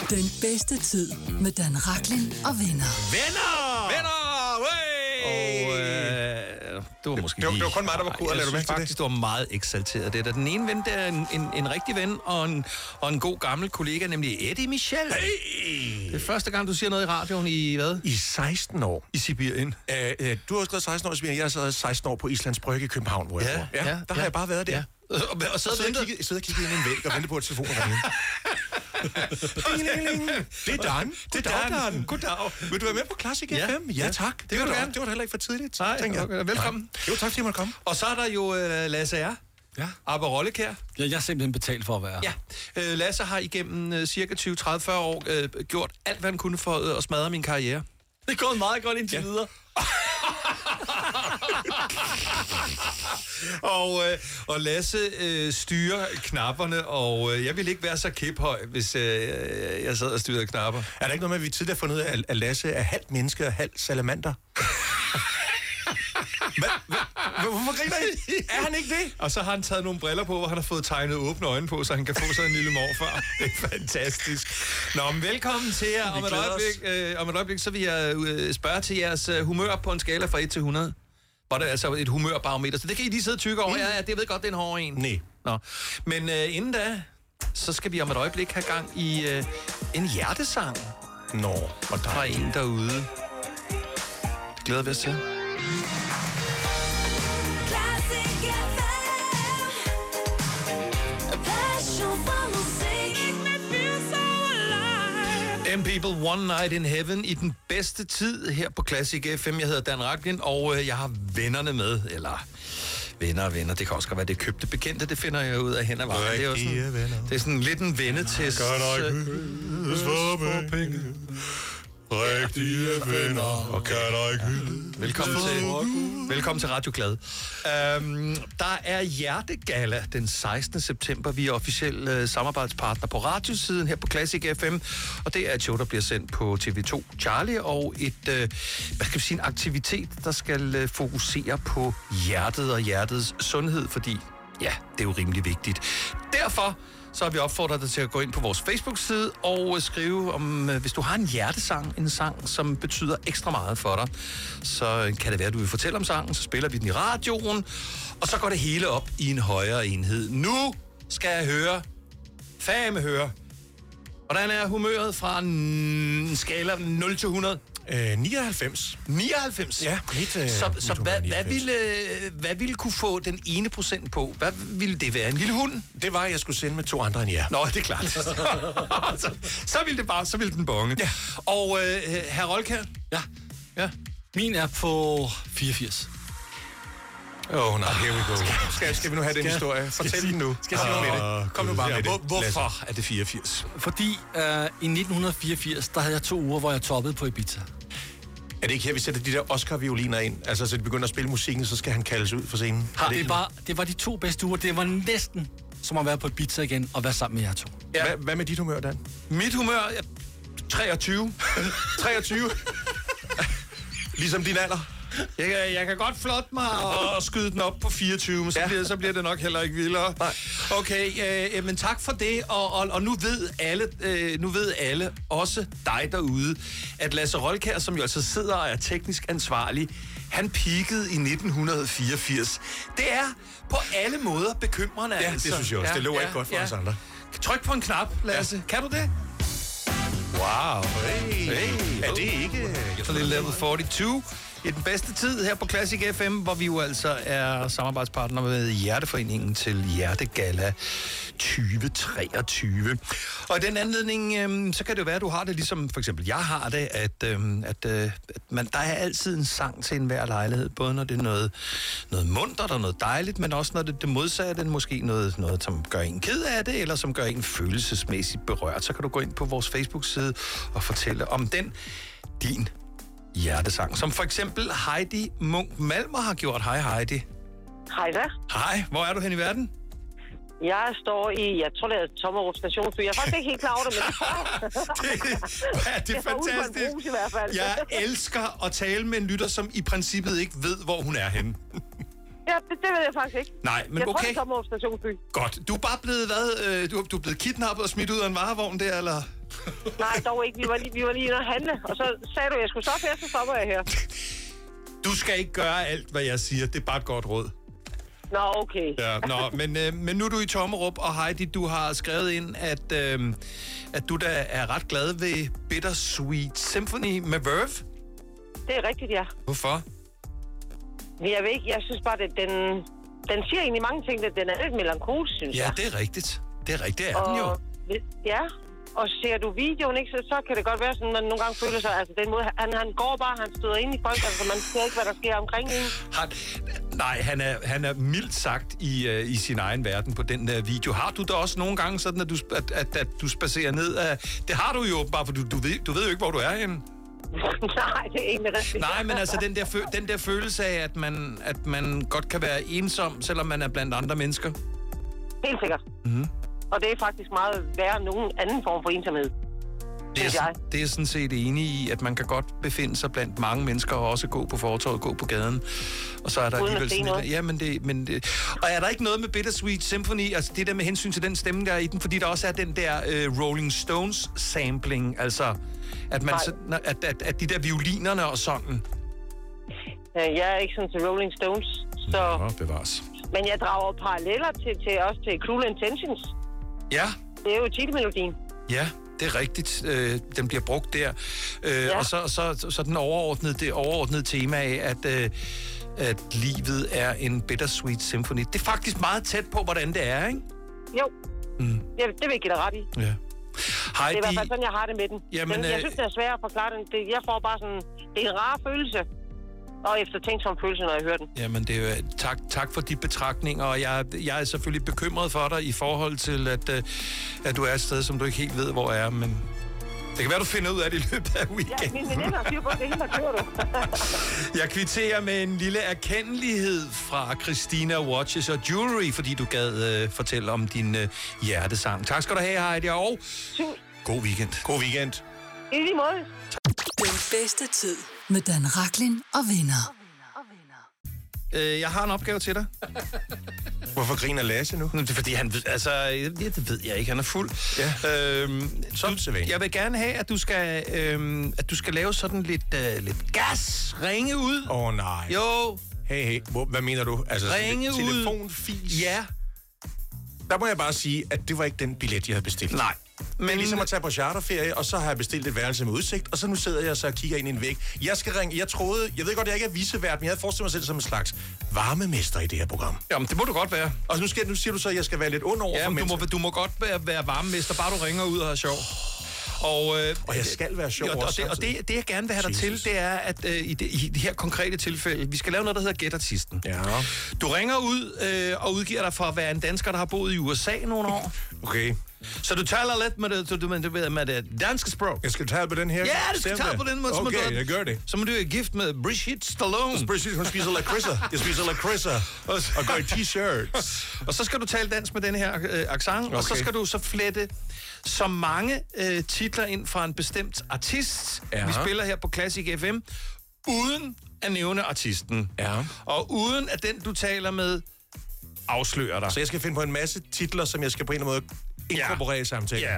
Den bedste tid med Dan Rachlin og venner. Venner! Og det var måske det var kun mig, der var cool. Jeg synes faktisk, det var meget eksalteret. Det er den ene ven, der er en rigtig ven og en god gammel kollega, nemlig Eddie Michel. Hey! Det er første gang, du siger noget i radioen i hvad? I 16 år. I Sibirien. Du har skrevet 16 år i Sibirien. Jeg har så 16 år på Islands Brygge i København, hvor jeg bor. Der har jeg bare været der. Ja. Og så sidder og kigger ind i en væg og venter på, at telefonen ringer. Det er Dan. Dan. Goddag. Vil du være med på Classic FM? Ja, tak. Det var da heller ikke for tidligt. Nej, velkommen. Jo, tak fordi jeg måtte komme. Og så er der jo Lasse R. Ja. Abba Rollekær. Ja, jeg er simpelthen betalt for at være. Ja. Lasse har igennem cirka 20, 30, 40 år gjort alt, hvad han kunne for at smadre min karriere. Det er gået meget godt indtil videre. Og Lasse styrer knapperne, og jeg ville ikke være så kæphøj, hvis jeg sad og styrede knapper. Er der ikke noget med, at vi tidligere har fundet ud af, at Lasse er halvt menneske og halvt salamander? Hvorfor griner I? Er han ikke det? Og så har han taget nogle briller på, hvor han har fået tegnet åbne øjne på, så han kan få sig en lille morfar. Det er fantastisk. Nå, men velkommen til jer. Om et øjeblik, så vil jeg spørge til jeres humør på en skala fra 1 til 100. Hvor det er altså et humørbarometer, så det kan I lige sidde og tykke over. Ja, det ved godt, det er en hård en. Nej. Nå, men inden da, så skal vi om et øjeblik have gang i en hjertesang. Nå, og der fra en derude. Det glæder vi os til. People One Night in Heaven i den bedste tid her på Classic FM. Jeg hedder Dan Rachlin, og jeg har vennerne med, eller venner. Det kan også godt være, det købte bekendte, det finder jeg ud af hen ad vejen. Det er jo sådan, det er sådan lidt en vennetest. Rigtige venner og kan der ikke. Velkommen til Radio Glad. Der er Hjertegala den 16. september. Vi er officiel samarbejdspartner på radiosiden her på Classic FM. Og det er et show, der bliver sendt på TV2 Charlie. Og en aktivitet, der skal fokusere på hjertet og hjertets sundhed. Fordi, ja, det er jo rimelig vigtigt. Derfor så har vi opfordret dig til at gå ind på vores Facebook-side og skrive om, hvis du har en hjertesang, en sang, som betyder ekstra meget for dig, så kan det være, at du vil fortælle om sangen, så spiller vi den i radioen, og så går det hele op i en højere enhed. Nu skal jeg høre, hvordan er humøret fra en skala 0 til 100? 99. 99? Ja. Så hvad ville kunne få den ene procent på? Hvad ville det være? En lille hund? Det var, at jeg skulle sende med 2 andre end jer. Nå, det er klart. så ville den bonge. Ja. Og herr Rolkær? Ja. Min er på 84. Nej, here we go. Skal vi nu have den historie? Fortæl den nu. Skal jeg sige med det? Kom nu bare med det. Hvorfor er det 84? Fordi i 1984, der havde jeg 2 uger, hvor jeg toppede på Ibiza. Er det ikke her, vi sætter de der Oscar-violiner ind? Altså, så de begynder at spille musikken, så skal han kaldes ud for scenen? Det var de 2 bedste uger. Det var næsten som at være på Ibiza igen og være sammen med jer 2. Ja. Hvad med dit humør, Dan? Mit humør? 23. 23? Ligesom din alder? Jeg kan godt flotte mig og skyde den op på 24, men så bliver det nok heller ikke vildere. Nej. Okay, men tak for det, og nu ved alle, også dig derude, at Lasse Rolkær, som jo altså sidder og er teknisk ansvarlig, han peakede i 1984. Det er på alle måder bekymrende. Ja, det synes jeg også. Det lover ikke godt for os andre. Tryk på en knap, Lasse. Kan du det? Wow. Hey. Er det ikke? Så lidt level 42. I den bedste tid her på Classic FM, hvor vi jo altså er samarbejdspartner med Hjerteforeningen til Hjertegala 2023. Og i den anledning, så kan det jo være, at du har det ligesom for eksempel jeg har det, at der er altid en sang til enhver lejlighed, både når det er noget muntert og noget dejligt, men også når det modsatte, måske noget, som gør en ked af det, eller som gør en følelsesmæssigt berørt. Så kan du gå ind på vores Facebook-side og fortælle om din hjertesang, som for eksempel Heidi Munk Malmer har gjort. Hej Heidi. Hej da. Hej, hvor er du hen i verden? Jeg står jeg tror det er Tommerup stationsby. Jeg er faktisk ikke helt klar over det, men det er fantastisk. Brus, i hvert fald. Jeg elsker at tale med en lytter, som i princippet ikke ved, hvor hun er henne. Ja, det ved jeg faktisk ikke. Nej, men jeg okay. Jeg tror, det kommer stationsby. Godt. Du er bare blevet, du er blevet kidnappet og smidt ud af en varevogn der, eller? Nej, dog ikke. Vi var lige inde og handle, og så sagde du, at jeg skulle stoppe her, så stopper jeg her. Du skal ikke gøre alt, hvad jeg siger. Det er bare et godt råd. Nå, okay. Ja, men nu er du i Tommerup, og Heidi, du har skrevet ind, at du da er ret glad ved Bittersweet Symphony med Verve. Det er rigtigt, ja. Hvorfor? Jeg ved ikke, jeg synes bare, at den siger egentlig mange ting, at den er lidt melankolsk, synes jeg. Ja, det er rigtigt. Det er rigtigt, det er den jo. Ja, og ser du videoen, ikke, så kan det godt være sådan, at man nogle gange føler sig, altså den måde, han går bare, han støder ind i folk, altså man ser ikke, hvad der sker omkring en. Han er mildt sagt i sin egen verden på den der video. Har du da også nogle gange sådan, at du spacerer ned af... Det har du jo bare, for du ved jo ikke, hvor du er henne. Nej, det er egentlig rigtigt. Nej, men altså den der følelse af, at man godt kan være ensom, selvom man er blandt andre mennesker. Helt sikkert. Mm-hmm. Og det er faktisk meget værre end nogen anden form for ensomhed. Det er sådan set enig i, at man kan godt befinde sig blandt mange mennesker og også gå på fortovet, gå på gaden. Og så er der alligevel sådan et... Ja, men det... Og er der ikke noget med Bittersweet Symphony, altså det der med hensyn til den stemme, der er i den, fordi der også er den der Rolling Stones sampling, altså at man at de der violinerne og sådan. Jeg er ikke sådan til Rolling Stones, så... Nå, bevares. Men jeg drager paralleller til Cruel Intentions. Ja. Det er jo titelmelodien. Ja, det er rigtigt. Den bliver brugt der. Ja. Og så det overordnede tema af, at livet er en bittersweet symphony. Det er faktisk meget tæt på, hvordan det er, ikke? Jo. Mm. Ja, det vil jeg give dig ret i. Ja. Heidi, det er i hvert fald sådan, jeg har det med den. Jamen, jeg synes, det er svært at forklare den. Jeg får bare sådan... Det er en rar følelse. Og eftertænksom følelse, når jeg hører den. Jamen, det er jo, tak for de betragtninger, og jeg er selvfølgelig bekymret for dig i forhold til, at du er et sted, som du ikke helt ved, hvor er, men det kan være, du finder ud af det i løbet af weekenden. Ja, min veninde har styr på det, hende der kører du. Jeg kvitterer med en lille erkendelighed fra Christina Watches og Jewelry, fordi du gad fortælle om din hjertesang. Tak skal du have, Heidi, og god weekend. God weekend. I lige måde. Den bedste tid med Dan Rachlin og venner. Jeg har en opgave til dig. Hvorfor griner Lasse nu? Det er fordi, han det ved jeg ikke, han er fuld. Ja. Jeg vil gerne have, at du skal lave sådan lidt gas. Ringe ud. Nej. Jo. Hey. Hvad mener du? Altså, ringe ud. Telefonfis? Ja. Der må jeg bare sige, at det var ikke den billet, jeg havde bestilt. Nej. Men det er ligesom at tage på charterferie, og så har jeg bestilt et værelse med udsigt, og så nu sidder jeg så og kigger ind i en væg. Jeg skal ringe. Jeg ved godt, jeg ikke er vicevært, men jeg havde forestillet mig selv som en slags varmemester i det her program. Jamen, det må du godt være. Og nu siger du så, at jeg skal være lidt ond over for mennesker. Du må godt være varmemester, bare du ringer ud og har sjov. Og jeg skal være sjov også. Og det, jeg gerne vil have dig til, det er, at i det her konkrete tilfælde, vi skal lave noget, der hedder Gæt Artisten. Ja. Du ringer ud og udgiver dig for at være en dansker, der har boet i USA nogle år. Okay. Så du taler lidt med det danske sprog. Jeg skal tale på den her? Ja, du skal tale på den måde. Okay, jeg gør det. Så må du er gift med Brigitte Stallone. Brigitte, hun spiser lakridser. Jeg spiser lakridser og går i t-shirts. Og så skal du tale dansk med den her accent, okay. Og så skal du så flette så mange titler ind fra en bestemt artist, vi spiller her på Classic FM, uden at nævne artisten. Ja. Og uden at den, du taler med, afslører dig. Så jeg skal finde på en masse titler, som jeg skal på en eller anden måde inkorporere i samtalen. Ja.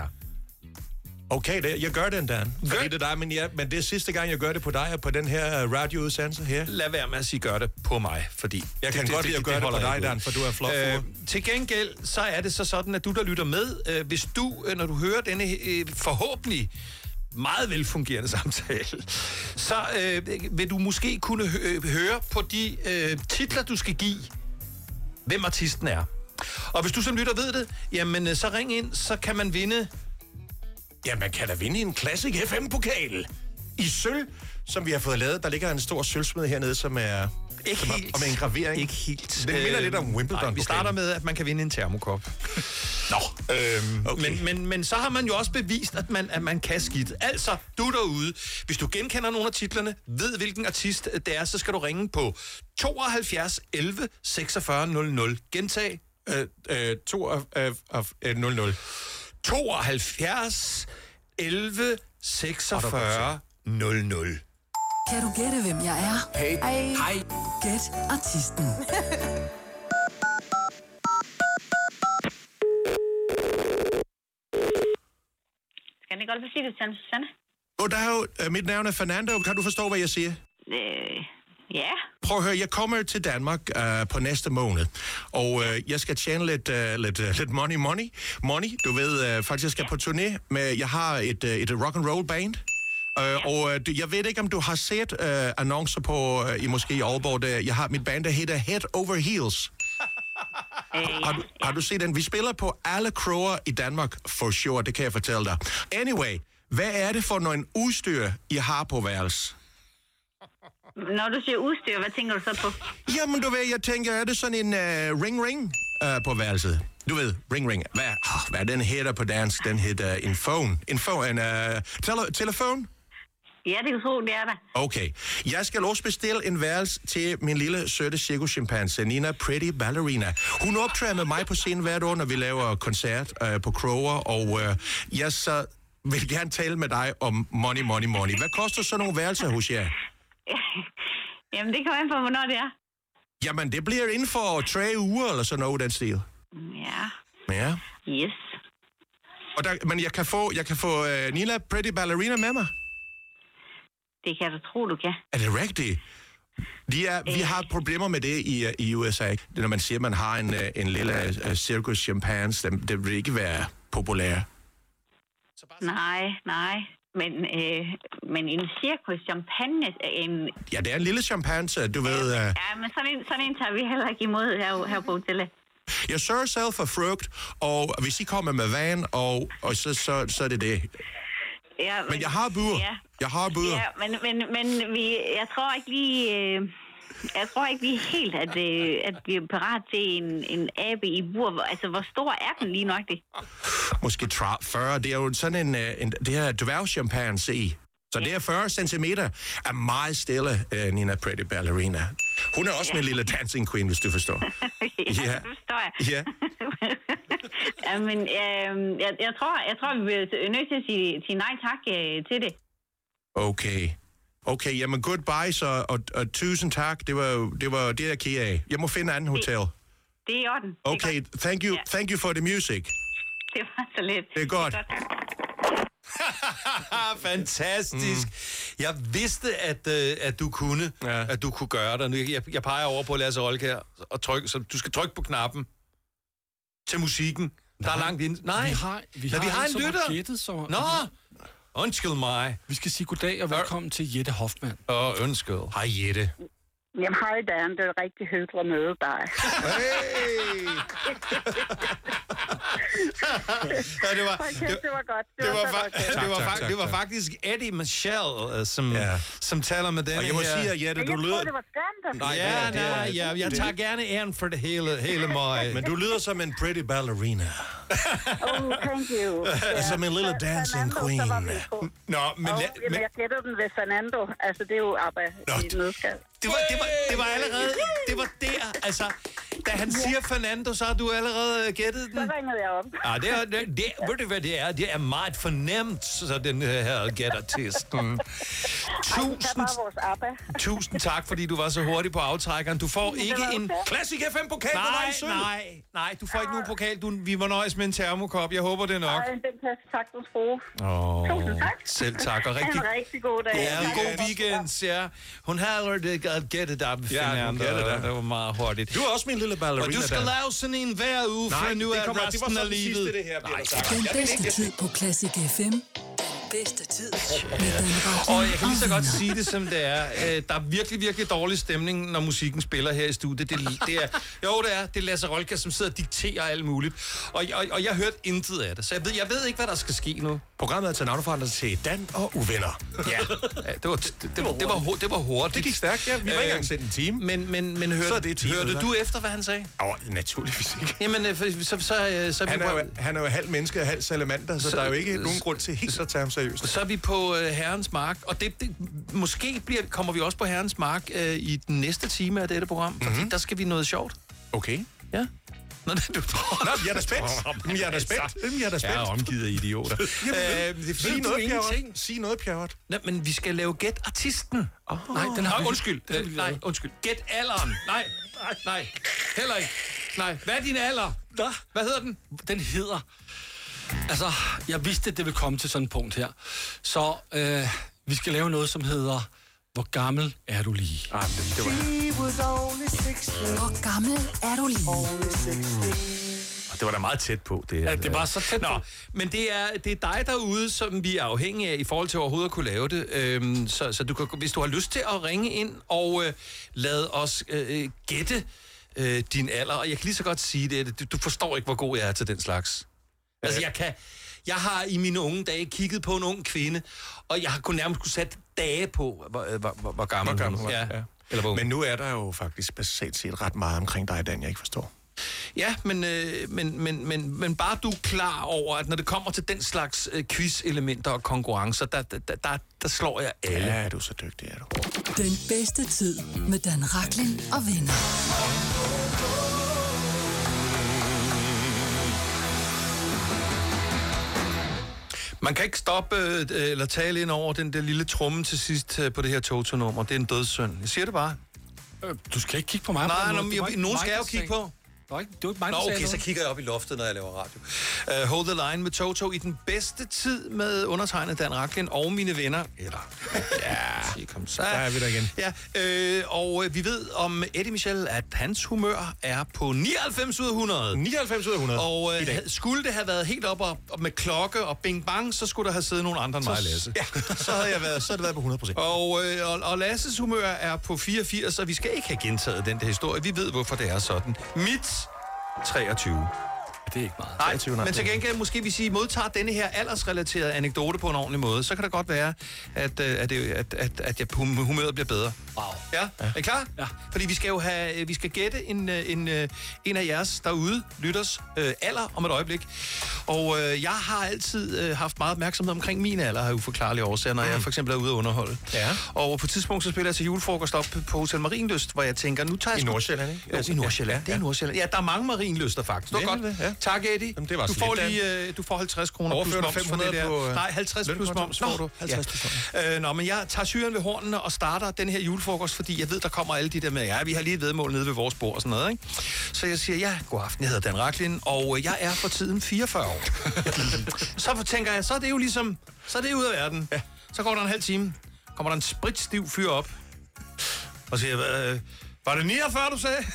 Okay, jeg gør den, Dan. Fordi det er dig, men det er sidste gang, jeg gør det på dig og på den her radioudsendelse her. Lad være med at sige, gør det på mig, fordi... Jeg kan godt lide at gøre det på dig, Dan, for du er flot for. Til gengæld, så er det så sådan, at du, der lytter med, hvis du, når du hører denne forhåbentlig meget velfungerende samtale, så vil du måske kunne høre på de titler, du skal give, hvem artisten er. Og hvis du som lytter ved det, jamen så ring ind, så kan man vinde... Ja, man kan da vinde en Classic FM-pokal i sølv, som vi har fået lavet. Der ligger en stor sølvsmed hernede, som er... Ikke helt. Og med en gravering. Ikke helt. Det minder lidt om Wimbledon. Nej, vi starter med, at man kan vinde en termokop. Nå. Okay. Men så har man jo også bevist, at man kan skidt. Altså, du derude, hvis du genkender nogle af titlerne, ved hvilken artist det er, så skal du ringe på 72 11 46 00. Gentag. 00. 72 11 46 00. Kan du gætte, hvem jeg er? Hej. Gæt artisten. Skal jeg godt vil sige det til Susanne. Goddag, mit navn er Fernando. Kan du forstå, hvad jeg siger? Ja. Prøv at høre, jeg kommer til Danmark på næste måned, og jeg skal tjene lidt money. Du ved, faktisk jeg skal på turné med, jeg har et rock and roll band. Og jeg ved ikke, om du har set annoncer på, måske i Aalborg, der jeg har mit band, der hedder Head Over Heels. Har du set den? Vi spiller på alle kroger i Danmark, for sure, det kan jeg fortælle dig. Anyway, hvad er det for noget udstyr, I har på værelse? Når du siger udstyr, hvad tænker du så på? Jamen, du ved, jeg tænker, er det sådan en ring på værelset? Du ved, ring. Hvad den hedder på dansk? Den hedder en phone. En telefon? Ja, det kan tro, det er der. Okay. Jeg skal også bestille en værelse til min lille søde cirkuschimpanse, Nina Pretty Ballerina. Hun optræder med mig på scenen hvert år, når vi laver koncert på kroger, og jeg så vil gerne tale med dig om money. Hvad koster så nogle værelser hos jer? Jamen, det kommer an på, hvornår det er. Jamen, det bliver inden for 3 uger, eller sådan noget, den stil. Ja. Yes. Og men jeg kan få Nina Pretty Ballerina med mig. Det kan du tro, du kan. Er det rigtigt? Vi har problemer med det i USA. Det, når man siger, at man har en lille circus chimpanse, det vil ikke være populær. Nej. Men en cirkus champagne er en... Ja, det er en lille chimpanse, du ved... Ja, men sådan en tager vi heller ikke imod her på hotellet. Jeg sørger selv for frugt, og hvis I kommer med vand, og så er det det. Ja, men jeg har bud. Ja. Ja, men jeg tror ikke lige... Jeg tror ikke lige helt, at vi er parat til en abe i bur. Altså, hvor stor er den lige nok det? Måske 40. Det er jo sådan det her dværgchimpanse i. Så det er 40 centimeter er meget stille, Nina Pretty Ballerina. Hun er også min lille dancing queen, hvis du forstår. Ja, det forstår jeg. Ja. Men jeg tror, vi bliver nødt til at sige nej tak til det. Okay, jamen goodbye så, og tusind tak. Det var det, jeg kigger af. Jeg må finde anden hotel. Det er i orden. Okay, thank you for the music. Det var så lidt. Det er godt. Fantastisk. Jeg vidste, at du kunne, at du kunne gøre det. Jeg peger over på Lasse Rolkjær og trykke, så du skal trykke på knappen til musikken. Der er langt ind. Nej, vi har en lytter. Nå, undskyld mig. Vi skal sige goddag og velkommen til Jette Hoffmann. Undskyld. Hej Jette. Jamen, hej Dan, det er rigtig hyggeligt at møde dig. Hey! Det var godt. Det var faktisk Eddie Michelle, som taler med den her. Og jeg må sige, at Jette, du lyder... Jeg troede, det var Skandal. Ja, jeg tager gerne æren for det hele mig. Men du lyder som en pretty ballerina. Thank you. Som en lille dancing queen. Nå, men jeg gættede den ved Fernando. Altså, det er jo ABBA i et nødskal. Det var allerede... Det var der, altså... Da han siger Fernando, så har du allerede gættet den. Så ringede jeg op. Ved du, hvad det er? Det er meget fornemt, så den her gættertesten. Tusind tak, fordi du var så hurtig på aftrækkeren. Du får ikke en Classic FM-pokal på vej sølv. Nej, du får ikke nogen pokal. Vi må nøjes med en termokop. Jeg håber, det er nok. Nej, den kan sagtens bruge. Tusind tak. Selv tak. Og en rigtig god dag. Ja, en god weekend, ja. Hun har allerede gættet dig, Fernando. Det var meget hurtigt. Du er også min lille ballerina. Og du skal lave sådan en hver uge, for nu er resten af livet. Den bedste tid på Classic FM. Bedste tid med Dan Racklin. Og jeg kan lige så godt sige det, som det er. Der er virkelig, virkelig dårlig stemning, når musikken spiller her i studiet. Det er Lasse Rolkjær, som sidder og dikterer alt muligt. Og jeg hørte intet af det, så jeg ved ikke, hvad der skal ske nu. Programmet er til navneforandret til Dan og Uvenner. Ja, det var hurtigt. Det gik stærkt, ja. Vi var ikke engang sendt en time. Men hørte du efter, hvad han sagde? Naturligvis ikke. Jamen, han er jo halv menneske og halv salamander, så der er jo ikke nogen grund til helt at tage ham seriøst. Så er vi på Herrens Mark, og måske kommer vi også på Herrens Mark i den næste time af dette program, fordi der skal vi noget sjovt. Okay. Ja. Jeg er da spændt. Jeg er omgivet af idioter. Sig noget, Pjerrot. Nej, men vi skal lave Gæt Artisten. Nej, den har undskyld. Gæt alderen. Nej. Heller ikke. Nej. Hvad er din alder? Hvad hedder den? Den hedder Altså, jeg vidste, at det ville komme til sådan et punkt her. Så vi skal lave noget, som hedder, hvor gammel er du lige? Det var... Hvor gammel er du lige? Det var da meget tæt på, det her. Ja, det var så tæt på. Nå, men det er dig derude, som vi er afhængige af i forhold til overhovedet at kunne lave det. Så du kan, hvis du har lyst til at ringe ind og lade os gætte din alder. Og jeg kan lige så godt sige det. Du forstår ikke, hvor god jeg er til den slags. Altså, jeg har i mine unge dage kigget på en ung kvinde, og jeg har nærmest sætte dage på, hvor gammel hun var. Ja. Eller hvor. Men nu er der jo faktisk basalt set ret meget omkring dig, Dan, jeg ikke forstår. Ja, men bare du er klar over, at når det kommer til den slags quiz-elementer og konkurrencer, der slår jeg alle. Ja, du er så dygtig, er du. Den bedste tid med Dan Rachlin og venner. Man kan ikke stoppe eller tale ind over den der lille tromme til sidst på det her Toto-nummer. Det er en dødssynd. Jeg siger det bare. Du skal ikke kigge på mig. Nej, nogen skal jeg jo kigge på. Det var ikke mig, Nå, okay, så kigger jeg op i loftet, når jeg laver radio. Hold the line med Toto i den bedste tid med undertegnet Dan Rachlin og mine venner. Eller, ja, kom så. Der er vi der igen. Ja, og vi ved om Eddie Michel, at hans humør er på 99 ud af 100. 99 ud af 100 Og skulle det have været helt op og med klokke og bing bang, så skulle der have siddet nogen andre end mig, Lasse. Ja, så havde det været på 100%. Og Lasses humør er på 84, og vi skal ikke have gentaget den der historie. Vi ved, hvorfor det er sådan. Mit 23. Det er ikke meget. Nej, men til gengæld måske vi sige, modtager denne her aldersrelaterede anekdote på en ordentlig måde, så kan det godt være, at humøret bliver bedre. Wow. Ja, er I klar? Ja. Fordi vi skal gætte en af jeres derude, lytters, alder om et øjeblik. Og jeg har altid haft meget opmærksomhed omkring min alder af uforklarlige årsager, når jeg for eksempel er ude at underholde. Ja. Og på et tidspunkt så spiller jeg til julefrokost op på Hotel Marienlyst, hvor jeg tænker, nu tager jeg... I Nordsjælland, ikke? Jo, i Nordsjælland. Det er Nordsjælland. Ja, der er mange Marienlyster faktisk. Det var godt. Ja. Tak, Eddie. Jamen, det var du får lidt, du får 50 kroner plus moms for det der. Nej, 50 plus moms får du. 50 plus Nå, men jeg tager syren ved hornene og starter den her julefrokost, fordi jeg ved, der kommer alle de der med, ja, vi har lige et vedmål nede ved vores bord og sådan noget, ikke? Så jeg siger, ja, god aften, jeg hedder Dan Rachlin, og jeg er for tiden 44 år. Så tænker jeg, så er det jo ligesom, så er det ud af verden. Ja. Så går der en halv time, kommer der en spritstiv fyr op, og siger, var det 49, du sagde?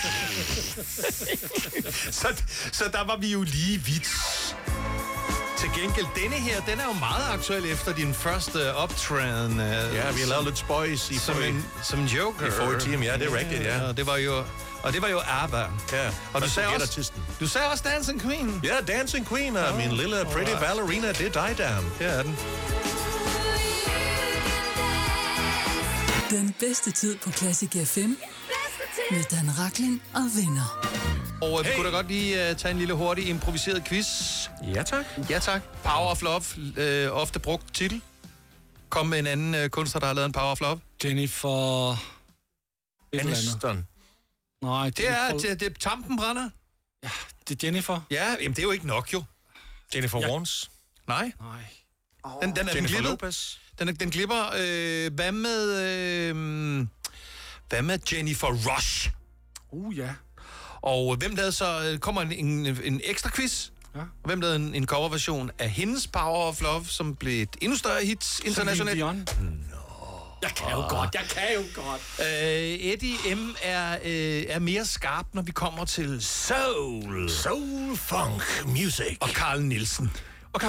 så der var vi jo lige vidt. Til gengæld, denne her, den er jo meget aktuel efter din første optræden. Ja, vi har lavet lidt spøjs i som en joker. I forrige time, ja, det er rigtigt, ja. Og det var jo ABBA. Ja, og du sagde også Dancing Queen. Ja, Dancing Queen og min lille pretty ballerina, det er dig, Dan. Det er den. Den bedste tid på Classic FM med Dan Rachlin og venner. Og vi kunne da godt lige tage en lille hurtig improviseret quiz. Ja, tak. Ja, tak. Power of Love, ofte brugt titel. Kom med en anden kunstner, der har lavet en Power of Love. Jennifer... Aniston. Nej, det er Tampen brænder. Ja, det er Jennifer. Ja, jamen det er jo ikke nok, jo. Jennifer Warnes. Nej. Den Jennifer Lopez. Den glipper. Hvad med Jennifer Rush? Ja. Og hvem lavede så... Kommer en ekstra quiz? Ja. Og hvem lavede en coverversion af hendes Power of Love, som blev et endnu større hit internationalt? Jeg kan jo godt. Eddie M. er mere skarp, når vi kommer til soul. Soul, funk, music. Og Carl Nielsen. Det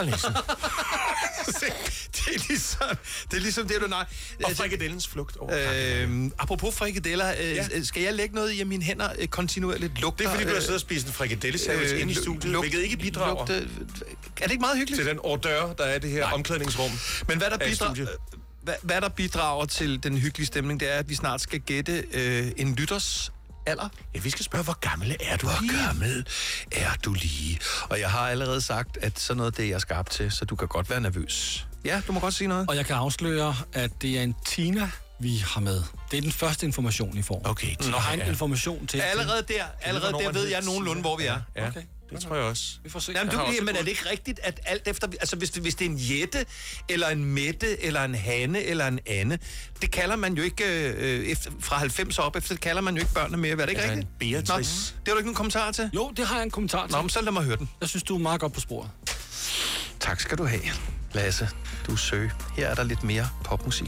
er ligesom det, du... Nej. Og frikadellens flugt over. Apropos frikadeller, skal jeg lægge noget i mine hænder kontinuerligt? Lugter, det er fordi, du har siddet og spist en frikadellesandwich inde i studiet, hvilket ikke bidrager. Er det ikke meget hyggeligt? Til den hors d'oeuvre, der er det her omklædningsrum. Men hvad der bidrager til den hyggelige stemning, det er, at vi snart skal gætte en lytters alder. Ja, vi skal spørge, hvor gammel er du lige? Hvor gammel er du lige? Og jeg har allerede sagt, at sådan noget, det er jeg skarp til, så du kan godt være nervøs. Ja, du må godt sige noget. Og jeg kan afsløre, at det er en Tina, vi har med. Det er den første information, I får. Okay, Tina. Og har en information til... Allerede der ved jeg nogenlunde, hvor vi er. Ja. Okay. Det tror jeg også. Vi får se. Jamen, men er det ikke rigtigt, at alt efter... Altså, hvis det er en Jette, eller en Mette, eller en Hanne, eller en Anne, det kalder man jo ikke... fra 90 op efter, det kalder man jo ikke børnene mere. Er det ikke rigtigt? Beatrice. Det har du ikke nogen kommentar til? Jo, det har jeg en kommentar til. Nå, men så lad mig høre den. Jeg synes, du er meget godt på sporet. Tak skal du have, Lasse. Du er søg. Her er der lidt mere popmusik.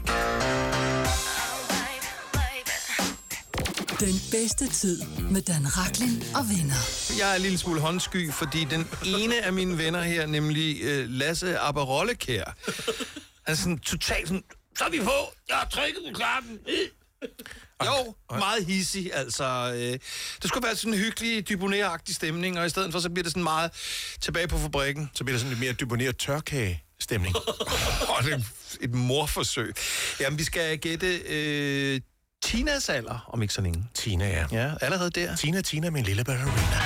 Den bedste tid med Dan Rachlin og venner. Jeg er en lille smule håndsky, fordi den ene af mine venner her, nemlig Lasse Aberollekær, er sådan totalt sådan, så er vi på, jeg har trykket på klappen. Jo, meget hissig, altså. Det skulle være sådan en hyggelig, Dubonnet-agtig stemning, og i stedet for, så bliver det sådan meget tilbage på fabrikken. Så bliver det sådan lidt mere Dubonnet tørkage-stemning. Det er et morforsøg. Jamen, vi skal gætte Tinas alder, om ikke så længe. Tina, ja. Ja, allerede der. Tina, min lille ballerina.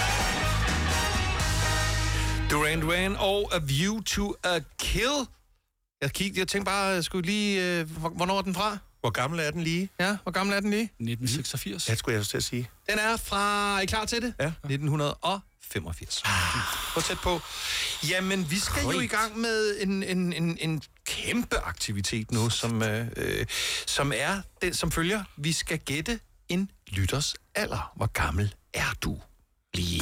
Duran Duran og A View to a Kill. Jeg tænkte bare, jeg skulle lige... hvornår er den fra? Hvor gammel er den lige? Ja, hvor gammel er den lige? 1986. Det skulle jeg også til at sige. Den er fra... Er I klar til det? Ja. 1985. Gå tæt på. Jamen, vi skal jo i gang med en kæmpe aktivitet nu, som er den, som følger. Vi skal gætte en lytters alder. Hvor gammel er du lige?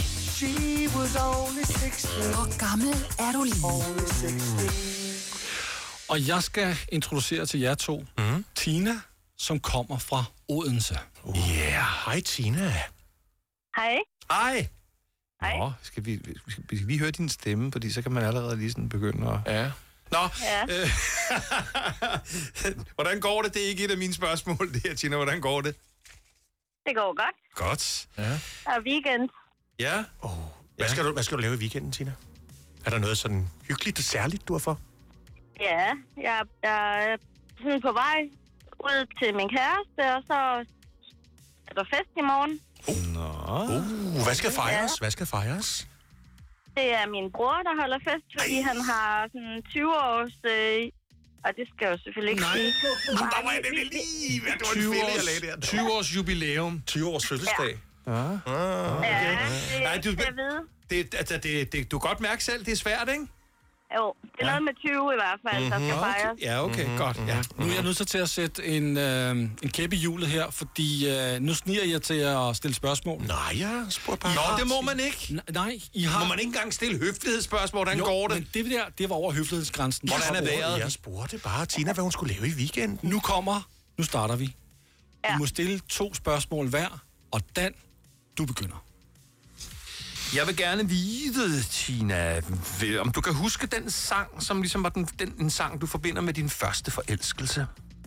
Hvor gammel er du lige? Og jeg skal introducere til jer to Tina, som kommer fra Odense. Ja, hej Tina. Hej. Ej! Hej. Nå, skal vi lige høre din stemme, fordi så kan man allerede lige sådan begynde at... Ja. Nå, Ja. Hvordan går det? Det er ikke et af mine spørgsmål, det her, Tina. Hvordan går det? Det går godt. Godt. Ja. Der er weekend. Ja. Hvad skal du lave i weekenden, Tina? Er der noget sådan hyggeligt og særligt, du har for? Ja, jeg er sådan på vej ud til min kæreste, og så er der fest i morgen. Nå. Hvad skal fejres? Hvad skal fejres? Det er min bror, der holder fest, fordi han har sådan 20 års... og det skal jeg jo selvfølgelig ikke sige. Der var jeg nemlig lige... Det var en fælde, jeg lagde der. 20 års jubilæum. 20 års fødselsdag. Ja, Nej, det du- skal jeg vide. Du kan godt mærke selv, det er svært, ikke? Jo, det er noget med 20 i hvert fald, der skal fejres. Ja, okay, godt. Ja. Nu er jeg nødt til at sætte en kæppe i hjulet her, fordi nu sniger jeg til at stille spørgsmål. Nej, jeg spurgte bare... Nå, det må man ikke. Nej, I har... Må man ikke engang stille høflighedsspørgsmål? Hvordan går det? men det var over høflighedsgrænsen. Hvordan er vejret? Jeg spurgte bare Tina, hvad hun skulle lave i weekenden. Nu starter vi. Ja. I må stille 2 spørgsmål hver, og Dan, du begynder. Jeg vil gerne vide, Tina, om du kan huske den sang, som ligesom var en sang, du forbinder med din første forelskelse.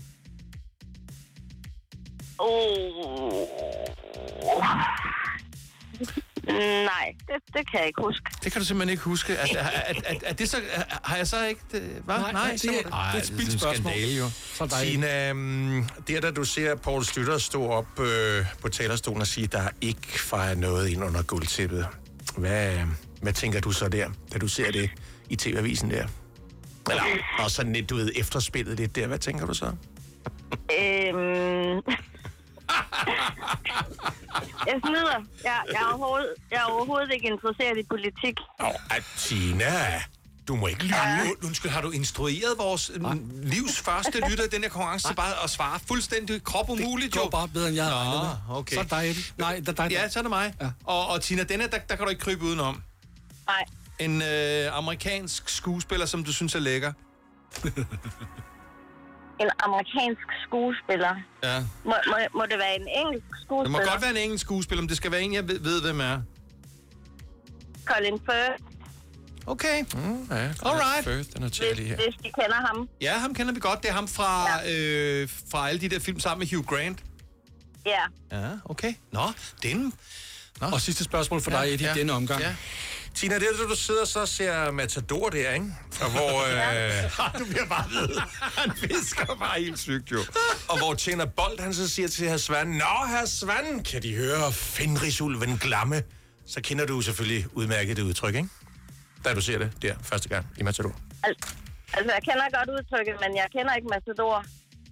Nej, det kan jeg ikke huske. Det kan du simpelthen ikke huske. Er det så... Har jeg så ikke... Hvad? Nej, det er et spildt spørgsmål. Skandale, jo. Så dig. Tina, der da du ser Poul Slytter stå op på talerstolen og sige, der ikke fejrer noget ind under guldtæppet. Hvad tænker du så der, da du ser det i TV-avisen der? Eller, og sådan lidt, du ved, efterspillet lidt der. Hvad tænker du så? Jeg snyder. Jeg er overhovedet ikke interesseret i politik. Tina, du må ikke lyve. Undskyld, har du instrueret vores livs første lytter i den her konkurrence til bare at svare fuldstændig krop umuligt? Det går bare bedre, end jeg havde regnet med. Okay. Så er dig, Eddie. Nej, det er dig. Ja, så er det mig. Ja. Og Tina, der kan du ikke krybe udenom. Nej. En amerikansk skuespiller, som du synes er lækker. En amerikansk skuespiller. Ja. Må det være en engelsk Det skuespiller? må godt være en engelsk skuespiller, men det skal være en, jeg ved hvem er. Colin Firth, Okay. Ja, Alright. Firth, den er til lige her. hvis de kender ham. Ja, ham kender vi godt. Det er ham fra alle de der film sammen med Hugh Grant. Ja. Ja, okay. Nå, den... Og sidste spørgsmål for dig, Eddie, i denne omgang. Ja. Tina, det er, du sidder så og ser Matador der, ikke? Og hvor... du bliver bare ved. Han fisker bare helt sygt, jo. Og hvor Tjener Bold, han så siger til hr. Svand, nå, hr. Svand, kan de høre Fenrisulven glamme? Så kender du selvfølgelig udmærket det udtryk, ikke? Da du ser det der første gang i Matador. Altså, jeg kender godt udtrykket, men jeg kender ikke Matador.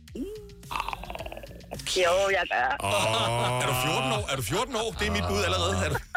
Jo, jeg gør. Er du 14 år? Er du 14 år? Det er mit bud allerede. Er du...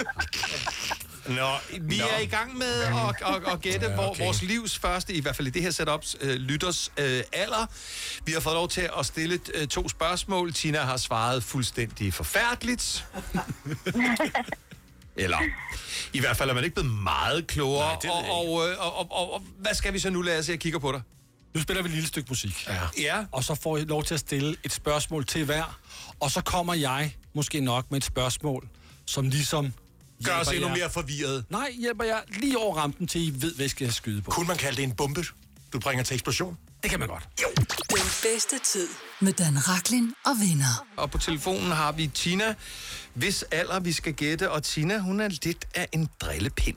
Vi er i gang med at gætte vores livs første, i hvert fald i det her setups, lytters alder. Vi har fået lov til at stille 2 spørgsmål. Tina har svaret fuldstændig forfærdeligt. Eller, i hvert fald er man ikke blevet meget klogere. Nej, det ved jeg Og hvad skal vi så nu, Lasse? Jeg kigger på dig. Nu spiller vi et lille stykke musik. Ja. Og så får I lov til at stille et spørgsmål til hver. Og så kommer jeg måske nok med et spørgsmål, som ligesom... Gør os endnu jer. mere forvirret. Nej, hjælper jeg lige over rampen, til I ved, hvad I skal skyde på. Kunne man kalde det en bombe, du bringer til eksplosion? Det kan man godt. Den bedste tid med Dan Rachlin og venner. Og på telefonen har vi Tina, hvis alder vi skal gætte. Og Tina, hun er lidt af en drillepind.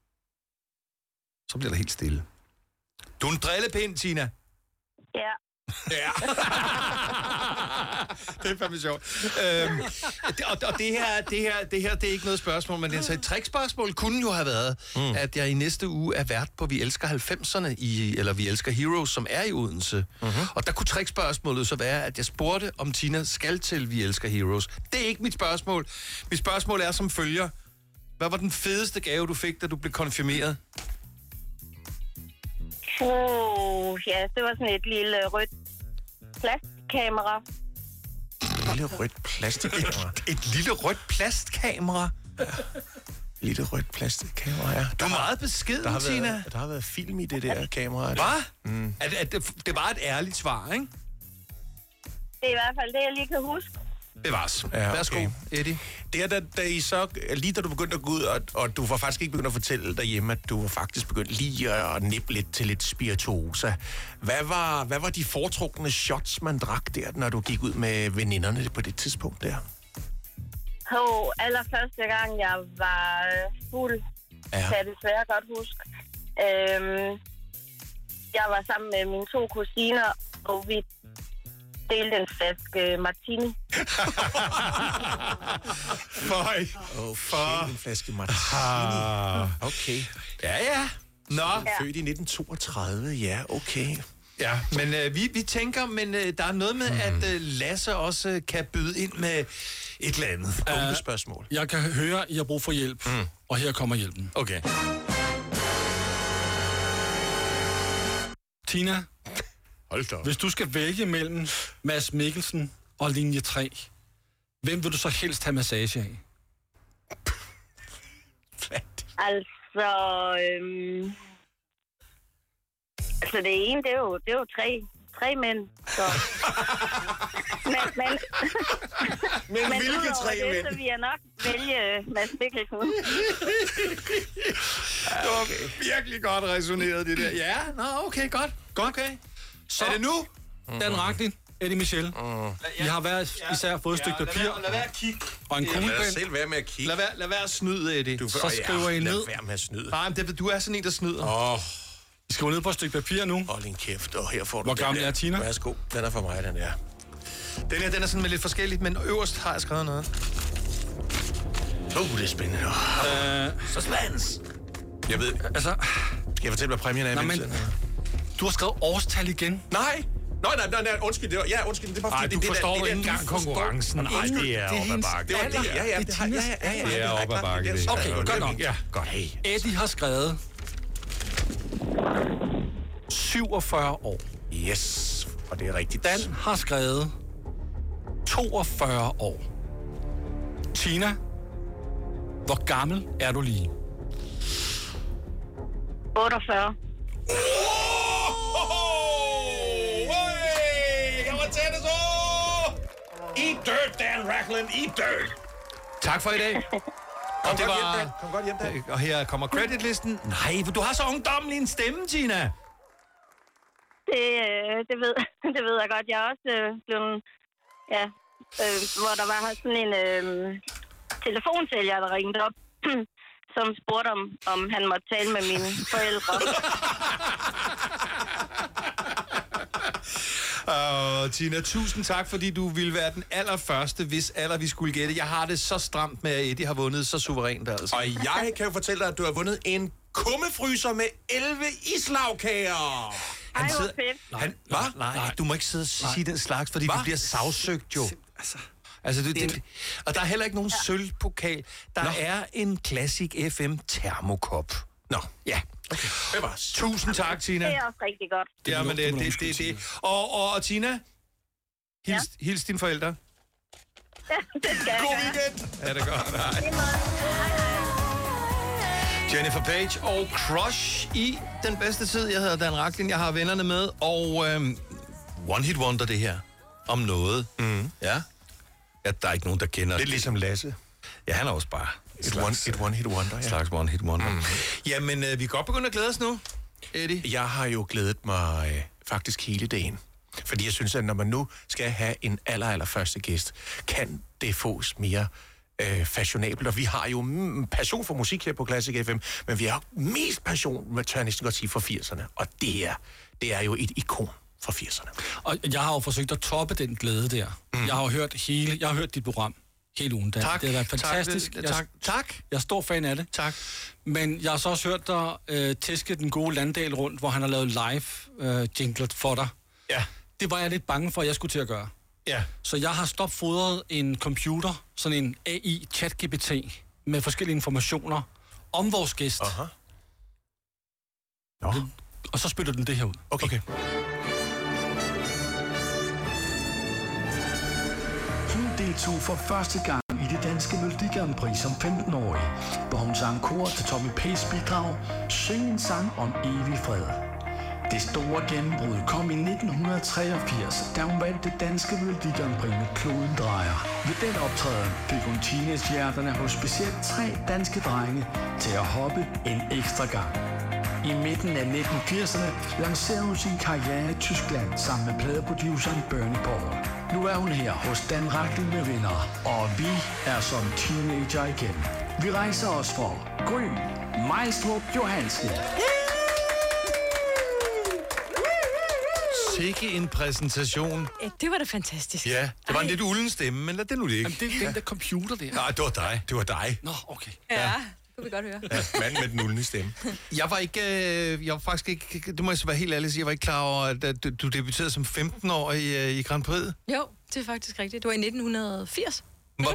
Så bliver der helt stille. Du er en drillepind, Tina. Ja. Ja. Det er fandme sjovt. Og det her, det er ikke noget spørgsmål, men det er et trickspørgsmål. Kunne jo have været, at jeg i næste uge er vært på Vi Elsker 90'erne, eller Vi Elsker Heroes, som er i Odense. Og der kunne trickspørgsmålet så være, at jeg spurgte, om Tina skal til Vi Elsker Heroes. Det er ikke mit spørgsmål. Mit spørgsmål er som følger. Hvad var den fedeste gave, du fik, da du blev konfirmeret? Ja, det var sådan et lille rødt plastkamera. Lille rødt plastikkamera. Et lille rødt plastkamera? Lille rødt plastikkamera, ja. Du er meget beskeden, Tina. Der har været film i det der kamera. Hvad? Det var et ærligt svar, ikke? Det er i hvert fald det, jeg lige kan huske. Bevares. Ja, okay. Værsgo, Eddie. Det er da I så, lige da du begyndte at gå ud, og du var faktisk ikke begyndt at fortælle derhjemme, at du var faktisk begyndt lige at nippe lidt til lidt spirituosa. Hvad var de foretrukne shots, man drak der, når du gik ud med veninderne på det tidspunkt der? Allerførste gang, jeg var fuld, kan jeg desværre godt huske. Jeg var sammen med mine 2 kusiner, og vi delte en flaske martini. En flaske martini. Okay. Ja. Nå. Født i 1932, ja, okay. Ja, men vi tænker, men der er noget med, at Lasse også kan byde ind med et eller andet. Bombespørgsmål. Jeg kan høre, at I har brug for hjælp, og her kommer hjælpen. Okay. Tina, Hold da. hvis du skal vælge mellem Mads Mikkelsen og linje 3, hvem vil du så helst have massage af? Altså, det ene, det er jo tre mænd, så... men hvilke 3 det, mænd? så vil jeg nok vælge Mads Mikkelsen. Det var virkelig godt resoneret, det der. Ja, okay, godt. Okay. Så er det nu? Dan Rachlin, Eddie Michel. I har været især fået et stykke papir Lad være at kigge. og en Lad kuglepen. selv være med at kigge. Lad være at snyde, Eddie. Så skriver I ned. Lad være med at snyde. Nej, men du er sådan en, der snyder. I skriver ned på et stykke papir nu. Hold din kæft, og her får du Hvor gammel er Tina? Værsgo, den er for mig, den der. Den er sådan med lidt forskelligt, men øverst har jeg skrevet noget. Det er spændende. Så spændens. Jeg ved, Altså, skal jeg fortælle, hvad præmien er? nej, men, du har skrevet årstal igen. Nej, undskyld, det var, undskyld, det var Nej, du forstår ikke engang konkurrencen. Nej, det er op ad bakke. Det var det, ja, Det er Tinas. Det er op ad bakke, det. Okay, godt nok. Ja, godt. Eddie har skrevet 47 år. Yes, og det er rigtigt. Dan har skrevet 42 år. Tina, hvor gammel er du lige? 48. Jeg var tæt så! Eat dirt, Dan Rachlin, eat dirt! Tak for i dag. Kom godt hjem, Dan. Og her kommer creditlisten. Nej, du har så ungdommelig en stemme, Tina. Det ved jeg godt. Jeg er også blevet... hvor der var sådan en telefonsælger, der ringede op, som spurgte, om han måtte tale med mine forældre. Tina, tusind tak, fordi du ville være den allerførste, hvis alder vi skulle gætte. Jeg har det så stramt med, at Eddie har vundet så suverænt, altså. Og jeg kan jo fortælle dig, at du har vundet en kummefryser med 11 islagkager. Ej, hvor fedt. Nej, du må ikke sidde og sige den slags, fordi du bliver sagsøgt jo. Altså, og der er heller ikke nogen sølvpokal. Der er en Classic FM termokop. Nå. Ja. Okay. Tusind tak, Tina. Det er også rigtig godt. Ja, men det. Og Tina, hils dine forældre. Ja, det skal jeg. God weekend! Ja, det er godt. Hej. Hej, hej. Jennifer Page og Crush i den bedste tid. Jeg hedder Dan Rachlin, jeg har vennerne med, og One Hit Wonder det her. Om noget. Ja. Ja, der er ikke nogen, der kender Det er ligesom Lasse. Ja, han er også bare Et one hit wonder, ja. slags One Hit Wonder. Jamen, vi kan godt begynde at glæde os nu, Eddie. Jeg har jo glædet mig faktisk hele dagen. Fordi jeg synes, at når man nu skal have en allerførste gæst, kan det fås mere fashionabelt. Og vi har jo passion for musik her på Classic FM, men vi har mest passion, tør jeg næsten godt sige, for 80'erne. Og det er jo et ikon fra 80'erne. Og jeg har jo forsøgt at toppe den glæde der. Jeg har hørt dit program hele ugen. Tak. Det er fantastisk. Tak. Jeg er stor fan af det. Tak. Men jeg har så også hørt dig tæske den gode Landdal rundt, hvor han har lavet live jinglet for dig. Ja. Det var jeg lidt bange for, at jeg skulle til at gøre. Ja. Så jeg har stopfodret en computer, sådan en AI ChatGPT, med forskellige informationer om vores gæst. Aha. Nå. Og så spytter den det her ud. Okay. Hun deltog for første gang i det danske Melodi Grand Prix som 15-årig, hvor hun sang kor til Tommy P's bidrag, Syng en sang om evig fred. Det store gennembrud kom i 1983, da hun vandt det danske Melodi Grand Prix med Kloden drejer. Ved den optræden fik hun teenagehjerterne hos specielt 3 danske drenge til at hoppe en ekstra gang. I midten af 1980'erne lancerede hun sin karriere i Tyskland sammen med pladeproduceren Bernie Paul. Nu er hun her hos Dan Rachlin med venner, og vi er som teenager igen. Vi rejser os for Gry Majstrup Johansen. Sikke en præsentation. Det var da fantastisk. Ja, det var en lidt ulden stemme, men lad det nu ligge. Jamen, det er den der computer der. Nej, det var dig. Det var dig. Nå, okay. Ja, det kunne vi godt høre. Ja, manden med den uldne stemme. Jeg var faktisk ikke, det må jeg så være helt ærlig at sige, jeg var ikke klar over, at du debuterede som 15-årig i Grand Prix. Jo, det er faktisk rigtigt. Det var i 1980.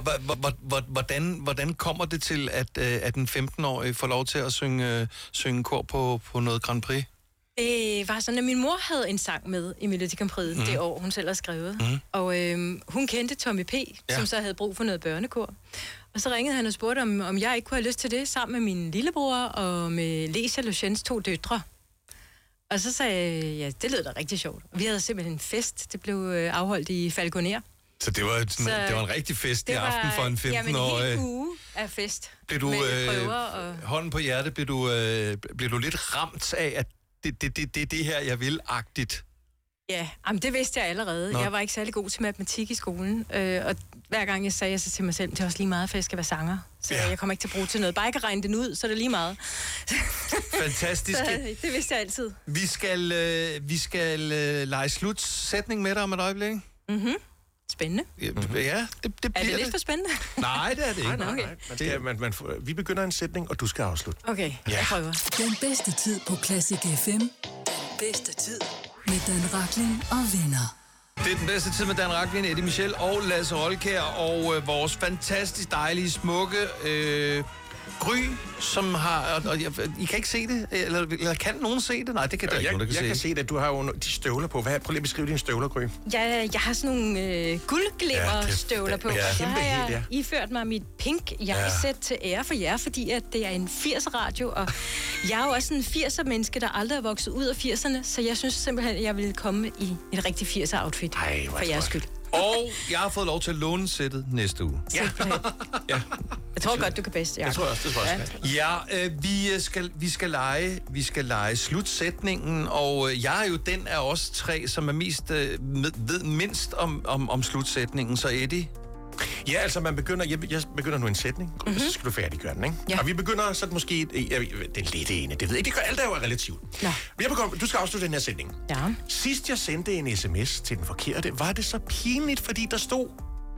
Hvordan kommer det til, at en 15-årig får lov til at synge kor på noget Grand Prix? Det var sådan, at min mor havde en sang med i Melodi Grand Prix det år, hun selv har skrevet. Og hun kendte Tommy P., som så havde brug for noget børnekor. Og så ringede han og spurgte, om jeg ikke kunne have lyst til det, sammen med min lillebror og med Lesia Luciens 2 døtre. Og så sagde jeg, ja, det lød da rigtig sjovt. Vi havde simpelthen en fest. Det blev afholdt i Falconer. Så det var en rigtig fest i aften for en 15-årig. Jamen, en hel uge af fest. Blev du, med prøver og... hånden på hjertet, blev du lidt ramt af, at det er det her, jeg vil-agtigt? Ja, jamen, det vidste jeg allerede. Nå. Jeg var ikke særlig god til matematik i skolen, og hver gang jeg sagde så til mig selv, det er også lige meget, for jeg skal være sanger. Så jeg kommer ikke til at bruge til noget. Bare ikke at regne den ud, så er det lige meget. Fantastisk. Så det vidste jeg altid. Vi skal lege slutsætning med dig om et øjeblik. Mhm. Spændende. Ja, det bliver Er det lidt for spændende? Nej, det er det ikke. Okay. Vi begynder en sætning, og du skal afslutte. Okay, jeg prøver. Den bedste tid på Classic FM. Den bedste tid med Dan Rachlin og venner. Det er den bedste tid med Dan Rachlin, Eddie Michel og Lasse Rolkjær og vores fantastisk dejlige, smukke Gry, som har... Og I kan ikke se det? Eller kan nogen se det? Nej, det kan der ikke nogen, der kan se. Jeg kan se det, at du har jo de støvler på. Prøv lige at beskrive dine støvler, Gry. Jeg har sådan nogle guldglimmerstøvler på. Ja, Så har jeg ja. iført mig mit pink jakkesæt til ære for jer, fordi at det er en 80'er-radio, og jeg er jo også en 80'er-menneske, der aldrig er vokset ud af 80'erne, så jeg synes simpelthen, at jeg ville komme i et rigtig 80'er-outfit for jeres skyld. Og jeg har fået lov til at låne sættet næste uge. Ja. Ja. Jeg tror godt, du kan bedst, Jacob. Jeg tror også, Ja, vi skal lege slutsætningen, og jeg er jo den af os 3, som er mest ved mindst om slutsætningen, så Eddie? Ja, altså jeg begynder nu en sætning, og så skal du færdiggøre den, ikke? Ja. Og vi begynder sådan måske, den lette ene, det ved jeg ikke, det gør alt er jo relativt. Nå. Du skal afslutte den her sætning. Ja. Sidst jeg sendte en sms til den forkerte, var det så pinligt, fordi der stod...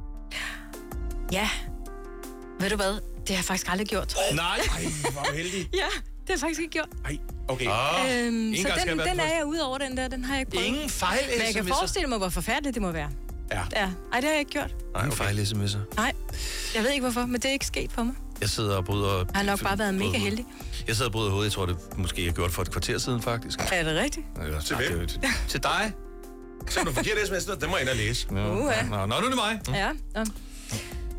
Ja. Ved du hvad? Det har jeg faktisk aldrig gjort. Nej! Ej, hvor heldig. Ja, det har jeg faktisk ikke gjort. Ej, okay. Så den er jeg ude over den der, den har jeg ikke prøvet. Ingen fejl Men jeg kan forestille mig, hvor forfærdeligt det må være. Ja. Ej, det har jeg ikke gjort. Ingen fejl sms'er. Nej, jeg ved ikke hvorfor, men det er ikke sket for mig. Jeg sidder og bryder... Jeg har nok bare været mega heldig. Jeg sidder og bryder hovedet. Jeg tror, det måske jeg har gjort for et kvarter siden, faktisk. Er det rigtigt? Til hvem? Til dig. Så er du forkert sms, den må jeg ind og læse. Nå, nu er det mig. Ja.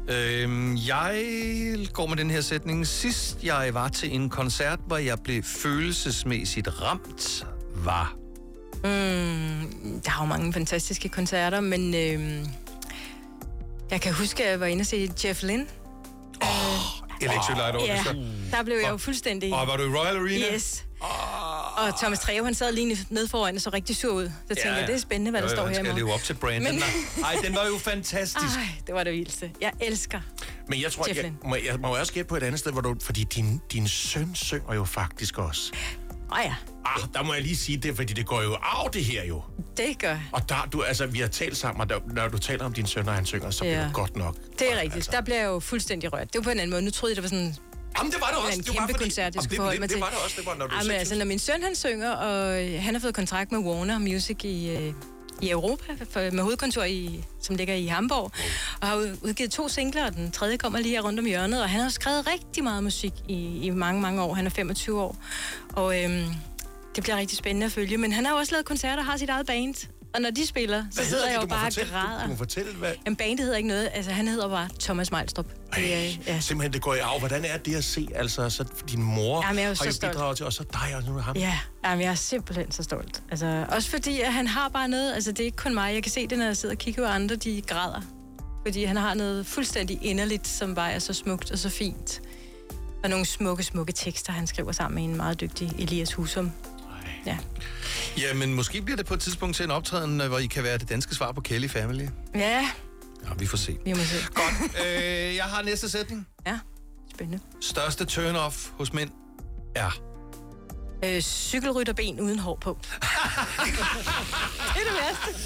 Jeg går med den her sætning. Sidst jeg var til en koncert, hvor jeg blev følelsesmæssigt ramt, var... Der er jo mange fantastiske koncerter, men jeg kan huske, at jeg var inde og se Jeff Lynne. Electric Light Orchestra. Ja, der blev jeg jo fuldstændig... Og var du i Royal Arena? Yes. Og Thomas Treve, han sad lige nede foran og så rigtig sur ud. Så tænkte jeg, det er spændende, hvad der står her. Han skal leve op til Brandon. Ej, den var jo fantastisk. Ej, det var det vildeste. Jeg elsker Men jeg tror, jeg må også gætte på et andet sted, hvor du... Fordi din søn synger jo faktisk også. Ja. Der må jeg lige sige det, fordi det går jo af det her jo. Det gør. Og vi har talt sammen, og når du taler om din søn, og han synger, så bliver det godt nok. Det er rigtigt. Altså. Der bliver jeg jo fuldstændig rørt. Det var på en anden måde. Nu troede jeg, det var sådan... Jamen, det var det også. En kæmpe koncert, jeg skulle forholde mig til. Det var det også. Det var, når du altså, når min søn, han synger, og han har fået kontrakt med Warner Music i Europa, med hovedkontor, som ligger i Hamburg, og har udgivet 2 singler, og den tredje kommer lige her rundt om hjørnet, og han har skrevet rigtig meget musik i mange, mange år. Han er 25 år, og det bliver rigtig spændende at følge. Men han har også lavet koncerter og har sit eget band. Og når de spiller, så sidder jeg jo bare og græder. Du må fortælle, hvad... Jamen, bandet hedder ikke noget. Altså, han hedder bare Thomas Mejlstrup. Simpelthen, det går i arv. Hvordan er det at se, altså, så din mor har jo bidraget til, og så dig og nu ham? Ja, jamen, jeg er simpelthen så stolt. Altså, også fordi, at han har bare noget... Altså, det er ikke kun mig. Jeg kan se det, når jeg sidder og kigger på andre, de græder. Fordi han har noget fuldstændig inderligt, som bare er så smukt og så fint. Og nogle smukke, smukke tekster, han skriver sammen med en meget dygtig Elias Husum. Ja. Ja, men måske bliver det på et tidspunkt til en optræden, hvor I kan være det danske svar på Kelly Family. Ja. Ja, vi får se. Vi må se. Godt. Jeg har næste sætning. Ja, spændende. Største turn-off hos mænd er... cykelrytterben uden hår på. Det er det værste.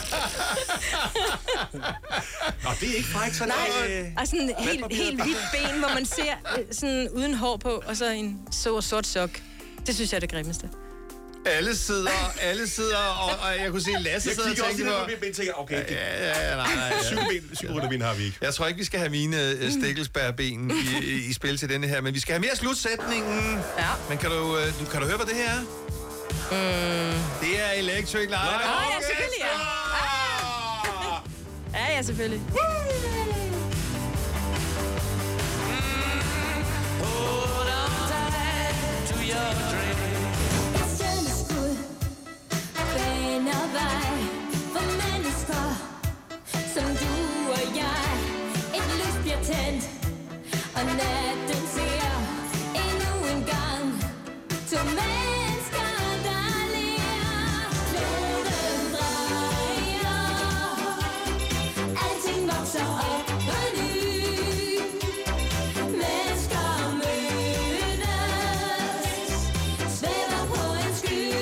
Nå, det er ikke frækt, så nej, og sådan en helt hvidt ben, hvor man ser sådan uden hår på, og så en sort sok. Det synes jeg er det grimmeste. Alle sidder, og jeg kunne se Lasse sidder og tænker på... Jeg tænker, okay, det... nej. Cykelrytterben har vi ikke. Jeg tror ikke, vi skal have mine stikkelsbærben i spil til denne her, men vi skal have mere slutsætningen. Ja. Men kan du høre, hvad det her er? Det er Electric Light Orchestra. Ja, selvfølgelig, ja. Ja, selvfølgelig. Og natten ser endnu en gang to mennesker, der ler. Kloden drejer, alting vokser op på ny. Mennesker mødes, svæver på en sky.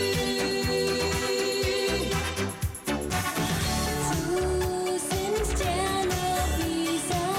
Tusind stjerner viser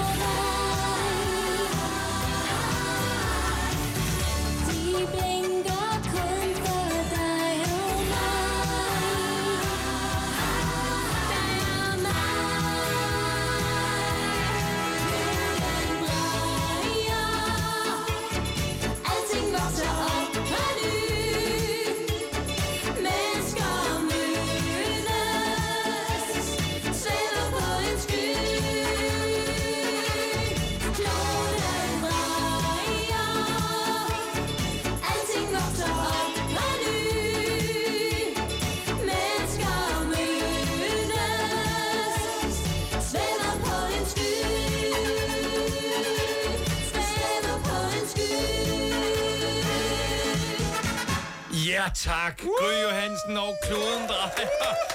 Ja, tak. Gry Johansen og kloden drejer.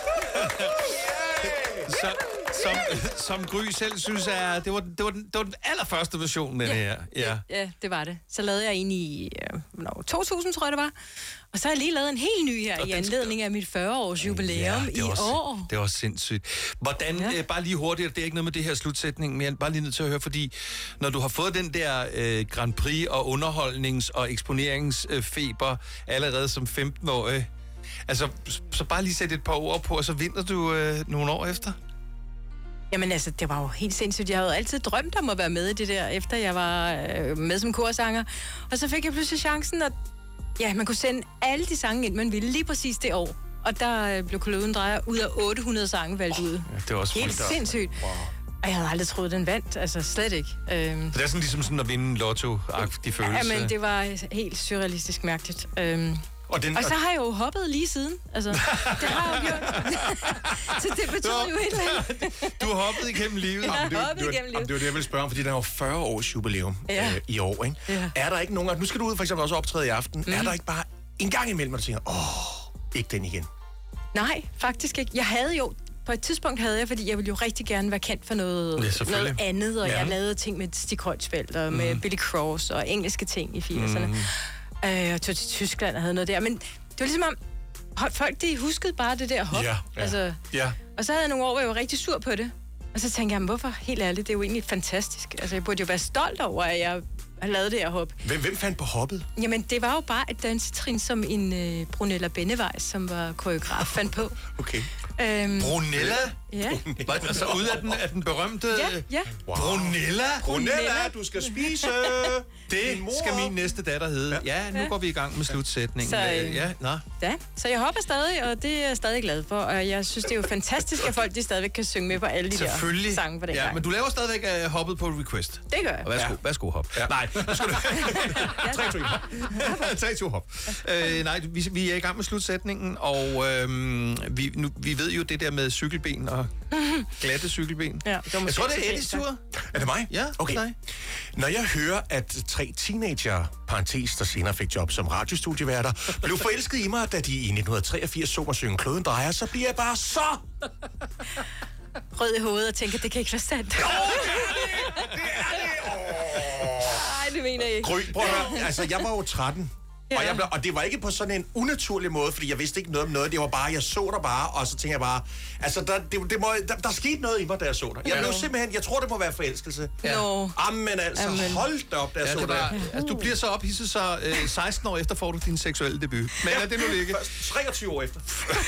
Som Gry selv synes er... Det var den allerførste version med det her. Ja, det var det. Så lavede jeg en i 2000, tror jeg det var. Og så har jeg lige lavet en helt ny her i anledning af mit 40-års jubilæum i år. Det var sindssygt. Hvordan, bare lige hurtigt, det er ikke noget med det her slutsætning, men jeg er bare lige nødt til at høre, fordi når du har fået den der Grand Prix og underholdnings- og eksponeringsfeber allerede som 15-årig, altså, så bare lige sætte et par ord på, og så vinder du nogle år efter? Jamen altså, det var jo helt sindssygt. Jeg havde jo altid drømt om at være med i det der, efter jeg var med som korsanger. Og så fik jeg pludselig chancen, at man kunne sende alle de sange ind, man ville lige præcis det år. Og der blev Kloden drejer ud af 800 sange valgt ud. Ja, det var også helt sindssygt. Og jeg havde aldrig troet, den vandt. Altså, slet ikke. Så det er sådan ligesom sådan at vinde lotto-agtig følelse. Ja, men det var helt surrealistisk mærkeligt. Og så har jeg jo hoppet lige siden. Altså, det har jeg jo gjort. Så det betyder jo et eller andet. Du har hoppet igennem livet. Jeg har hoppet igennem livet. Det var det, jeg ville spørge om, fordi der var 40 års jubilæum i år, ikke? Ja. Er der ikke nogen, nu skal du ud for eksempel også optræde i aften, er der ikke bare en gang imellem, at du tænker, ikke den igen? Nej, faktisk ikke. Jeg havde jo... På et tidspunkt havde jeg, fordi jeg ville jo rigtig gerne være kendt for noget andet, og jeg lavede ting med Stig Kreutzfeldt og med Billy Cross og engelske ting i 80'erne. Jeg tog til Tyskland og havde noget der, men det var ligesom om, folk de huskede bare det der hop. Altså, og så havde jeg nogle år, hvor jeg var rigtig sur på det. Og så tænkte jeg, hvorfor? Helt ærligt, det er jo egentlig fantastisk. Altså, jeg burde jo være stolt over, at jeg har lavet det her hop. Hvem fandt på hoppet? Jamen, det var jo bare et dansetrin, som en Brunella Bennevejs, som var koreograf, fandt på. Okay. Brunella? Ja. Altså ud af den berømte... Ja. Wow. Brunella, du skal spise. Det skal min næste datter hedde. Ja, nu går vi i gang med slutsætningen. Så jeg hopper stadig, og det er jeg stadig glad for. Og jeg synes, det er jo fantastisk, at folk de stadigvæk kan synge med på alle de der sange på den gang. Men du laver stadigvæk hoppet på request. Det gør jeg. Og værsgo hop. Ja. Nej, nu skal du... 3-2 hop. Nej, vi er i gang med slutsætningen, og vi ved jo det der med cykelben og glatte cykelben. Ja, jeg tror, det er Eddies tur. Er det mig? Ja, okay. Når jeg hører, at 3 teenager, parentes, der senere fik job som radiostudieværter, blev forelsket i mig, da de i 1983 så mig synge Kloden drejer, så bliver jeg bare så... rød i hovedet og tænker, det kan ikke være sandt. Det er det! Nej, det mener jeg ikke. Gry, prøv at høre. Altså, jeg var jo 13. Ja. Og det var ikke på sådan en unaturlig måde, fordi jeg vidste ikke noget om noget. Det var bare, jeg så der bare, og så tænkte jeg bare... Altså, der skete noget i mig, da jeg så dig. Jeg blev simpelthen... Jeg tror, det må være forelskelse. Jamen altså, hold da op, da jeg så dig. Altså, du bliver så ophidset, så 16 år efter får du din seksuelle debut. Men lad det nu ligge. 23 år efter.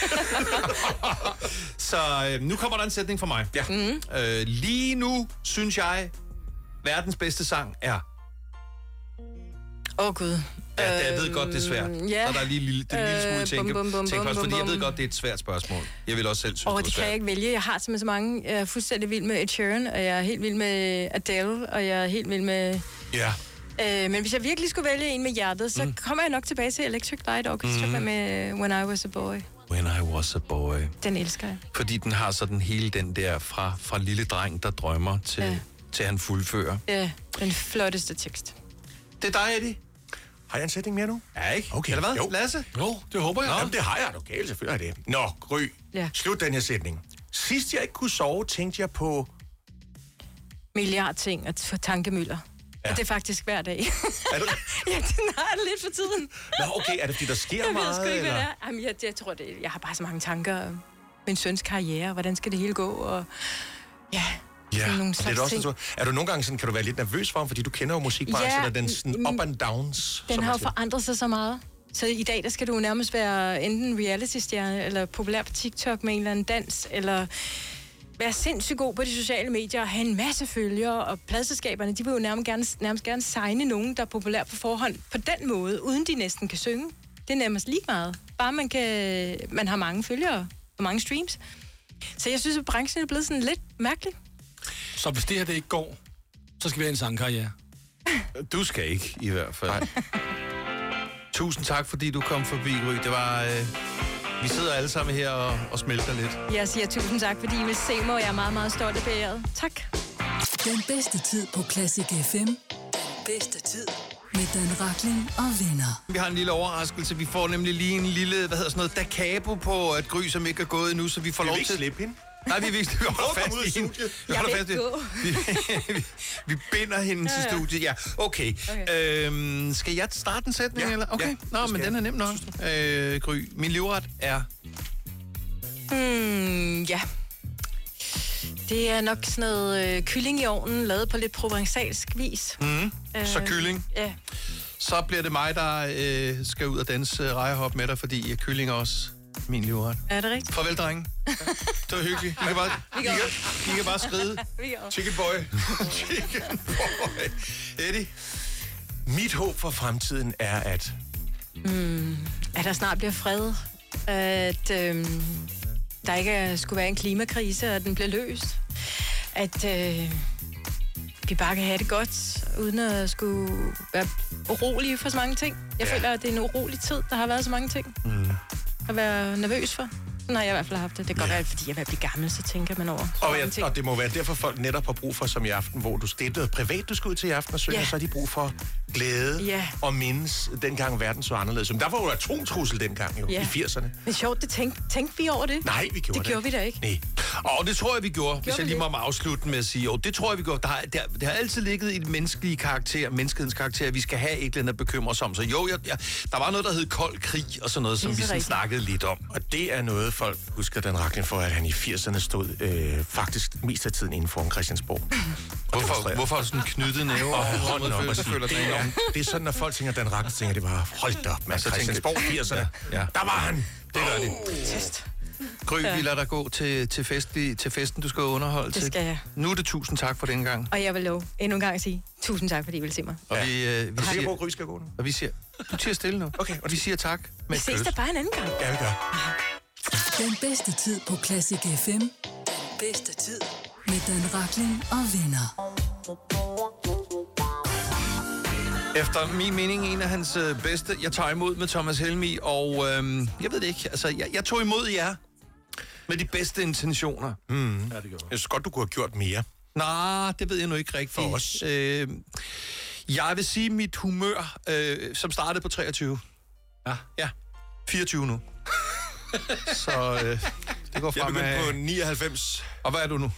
Så nu kommer der en sætning fra mig. Ja. Lige nu, synes jeg, verdens bedste sang er... Gud. Ja, jeg ved godt, det er svært. Så der er lige lille smule tænke fordi jeg ved godt, det er et svært spørgsmål. Jeg vil også selv synes, det er det kan jeg ikke vælge. Jeg har simpelthen så mange. Jeg er fuldstændig vild med Ed Sheeran, og jeg er helt vild med Adele, og jeg er helt vild med... Ja. Men hvis jeg virkelig skulle vælge en med hjertet, så kommer jeg nok tilbage til Electric Light Orchestra med When I Was a Boy. When I Was a Boy. Den elsker jeg. Fordi den har sådan hele den der fra lille dreng, der drømmer til han fuldfører. Ja, den flotteste tekst. Det er dig, Eddie. Har jeg en sætning mere nu? Ja, ikke? Okay. Eller hvad? Jo. Lasse? Jo, det håber jeg. Jamen, det har jeg. Du galt, selvfølgelig er det. Nå, Gry. Ja. Slut den her sætning. Sidst jeg ikke kunne sove, tænkte jeg på... Milliard ting at få tankemøller. Ja. Og det er faktisk hver dag. Er det? Ja, den har jeg lidt for tiden. Nå, okay. Er det, fordi der sker meget? Jeg ved sgu ikke, eller? hvad det er. Jamen, jeg tror, jeg har bare så mange tanker om min søns karriere. Hvordan skal det hele gå? Og nogle slags ting. Er du nogle gange sådan, kan du være lidt nervøs for ham, fordi du kender jo musikbranchen, og den sådan up and downs? Den har jo forandret sig så meget. Så i dag, der skal du nærmest være enten reality-stjerne, eller populær på TikTok med en eller anden dans, eller være sindssygt god på de sociale medier, og have en masse følgere, og pladselskaberne, de vil jo nærmest gerne signe nogen, der er populær på forhånd på den måde, uden de næsten kan synge. Det er nærmest lige meget. Bare man har mange følgere og mange streams. Så jeg synes, at branchen er blevet sådan lidt mærkelig. Så hvis det her det ikke går, så skal vi have en sangkarriere. Du skal ikke, i hvert fald. Tusind tak, fordi du kom forbi, Gry. Det var... vi sidder alle sammen her og smelter lidt. Jeg siger tusind tak, fordi I vil se mig, og jeg er meget, meget stolt af bæret. Tak. Den bedste tid på Classic FM. Den bedste tid med Dan Rachlin og venner. Vi har en lille overraskelse. Vi får nemlig lige en lille, da capo på at Gry, som ikke er gået endnu, så vi får lov til... Vi vil ikke slippe hende. Nej, vi holder fast i hende. Vi binder hende til studiet. Ja, okay. Skal jeg starte en sætning? Ja, eller? Okay. Ja, nå, men den er nem nok. Gry, min livret er... Ja. Det er nok sådan noget kylling i ovnen, lavet på lidt provençalsk vis. Så kylling. Ja. Så bliver det mig, der skal ud og danse rejehop med dig, fordi kylling er også min livret. Er det rigtigt? Farvel, drenge. Det var hyggeligt. I kan bare skride. Chicken boy. Chicken boy. Eddie? Mit håb for fremtiden er, at... At der snart bliver fred. At der ikke skulle være en klimakrise, og at den bliver løst. at vi bare kan have det godt, uden at skulle være urolige for så mange ting. Jeg føler, at det er en urolig tid, der har været så mange ting at være nervøs for. Sådan har jeg i hvert fald haft det. Det kan godt være, fordi jeg er ved at blive gammel, så tænker man over Og det må være derfor, folk netop har brug for, som i aften, hvor det er noget privat, du skal ud til i aften og synge, så har de brug for glæde og mindes dengang verden så anderledes. Men der var jo atomtrussel dengang jo, i 80'erne. Men sjovt, det tænkte vi over det? Nej, vi gjorde det gjorde vi da ikke. Nej. Og det tror jeg, vi gjorde, hvis jeg lige må afslutte med at sige, det tror jeg, vi gjorde. Det har altid ligget i det menneskelige karakter, menneskehedens karakter, at vi skal have et eller andet at bekymre os om. Så der var noget, der hed kold krig og sådan noget, som vi sådan snakkede lidt om. Og det er noget, folk husker Dan Rachlin for, at han i 80'erne stod faktisk mest af tiden inden foran Christiansborg. Hvorfor sådan knyttet næve og hånden op og sige, det er sådan, når folk tænker, Dan Rachlin tænker, det var holdt op med Christiansborg 80'erne. Ja. Der var han! Det gør det. Gry, vi lader dig gå til festen, du skal underholde til. Det skal jeg. Nu er det 1000 tak for den gang. Og jeg vil love endnu en gang at sige, 1000 tak, fordi I vil se mig. Og vi siger, hvor Gry skal gå nu. Og vi siger, du tiger stille nu. Okay. Og vi siger tak. Vi ses da bare en anden gang. Ja, vi gør. Den bedste tid på Classic FM. Den bedste tid med Dan Rachlin og venner. Efter min mening, en af hans bedste, jeg tager imod med Thomas Helmig, og jeg ved det ikke, altså jeg tog imod jer med de bedste intentioner. Ja, det gjorde. Jeg synes godt, du kunne have gjort mere. Nej, det ved jeg nu ikke rigtigt. For os. Jeg vil sige, mit humør, som startede på 23. Ja, 24 nu. Så det går fremad. Jeg begyndte på 99. Og hvad er du nu?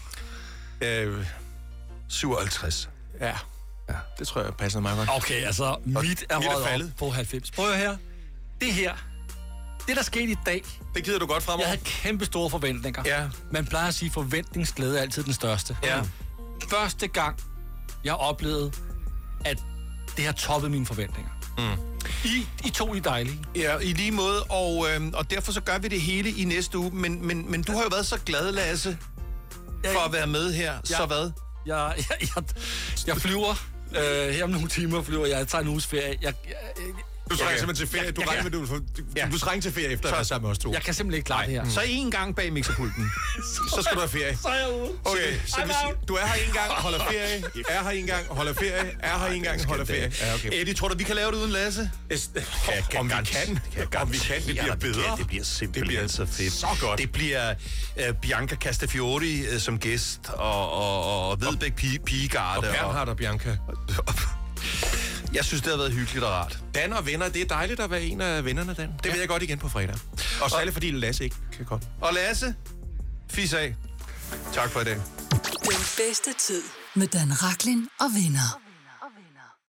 57. Ja, det tror jeg passer meget godt. Okay, altså, mit er røget op på 90. Prøv her. Det der skete i dag, det gider du godt fremover. Jeg havde kæmpe store forventninger. Ja. Man plejer at sige, forventningsglæde er altid den største. Ja. Første gang, jeg oplevede, at det har toppet mine forventninger. I to I dejlige. Ja, i lige måde, og derfor så gør vi det hele i næste uge. Men du har jo været så glad, Lasse, for at være med her. Så hvad? Jeg flyver. Her om nogle timer flyver jeg. Jeg tager en uges ferie. Du trænger simpelthen til ferie. Du trænger til ferie efter at være sammen med os to. Jeg kan simpelthen ikke klare det her. Så en gang bag mixerpulten. Så skal du have ferie. Så er jeg ude. Okay, så du er her en gang, holder ferie. Er her en gang, holder ferie. Er her en gang, holder ferie. Ja, okay. Eddie, tror du, vi kan lave det uden Lasse? Om vi kan. Det bliver bedre. Det bliver simpelthen så fedt. Så godt. Det bliver Bianca Castafiori som gæst, og Vedbæk Pigegarde. Og Bernhard og Bianca. Jeg synes, det har været hyggeligt og rart. Dan og venner, det er dejligt at være en af vennerne, Dan. Det vil jeg godt igen på fredag. Og særligt fordi Lasse ikke kan komme. Og Lasse, fis af. Tak for i dag. Den bedste tid med Dan Rachlin og venner.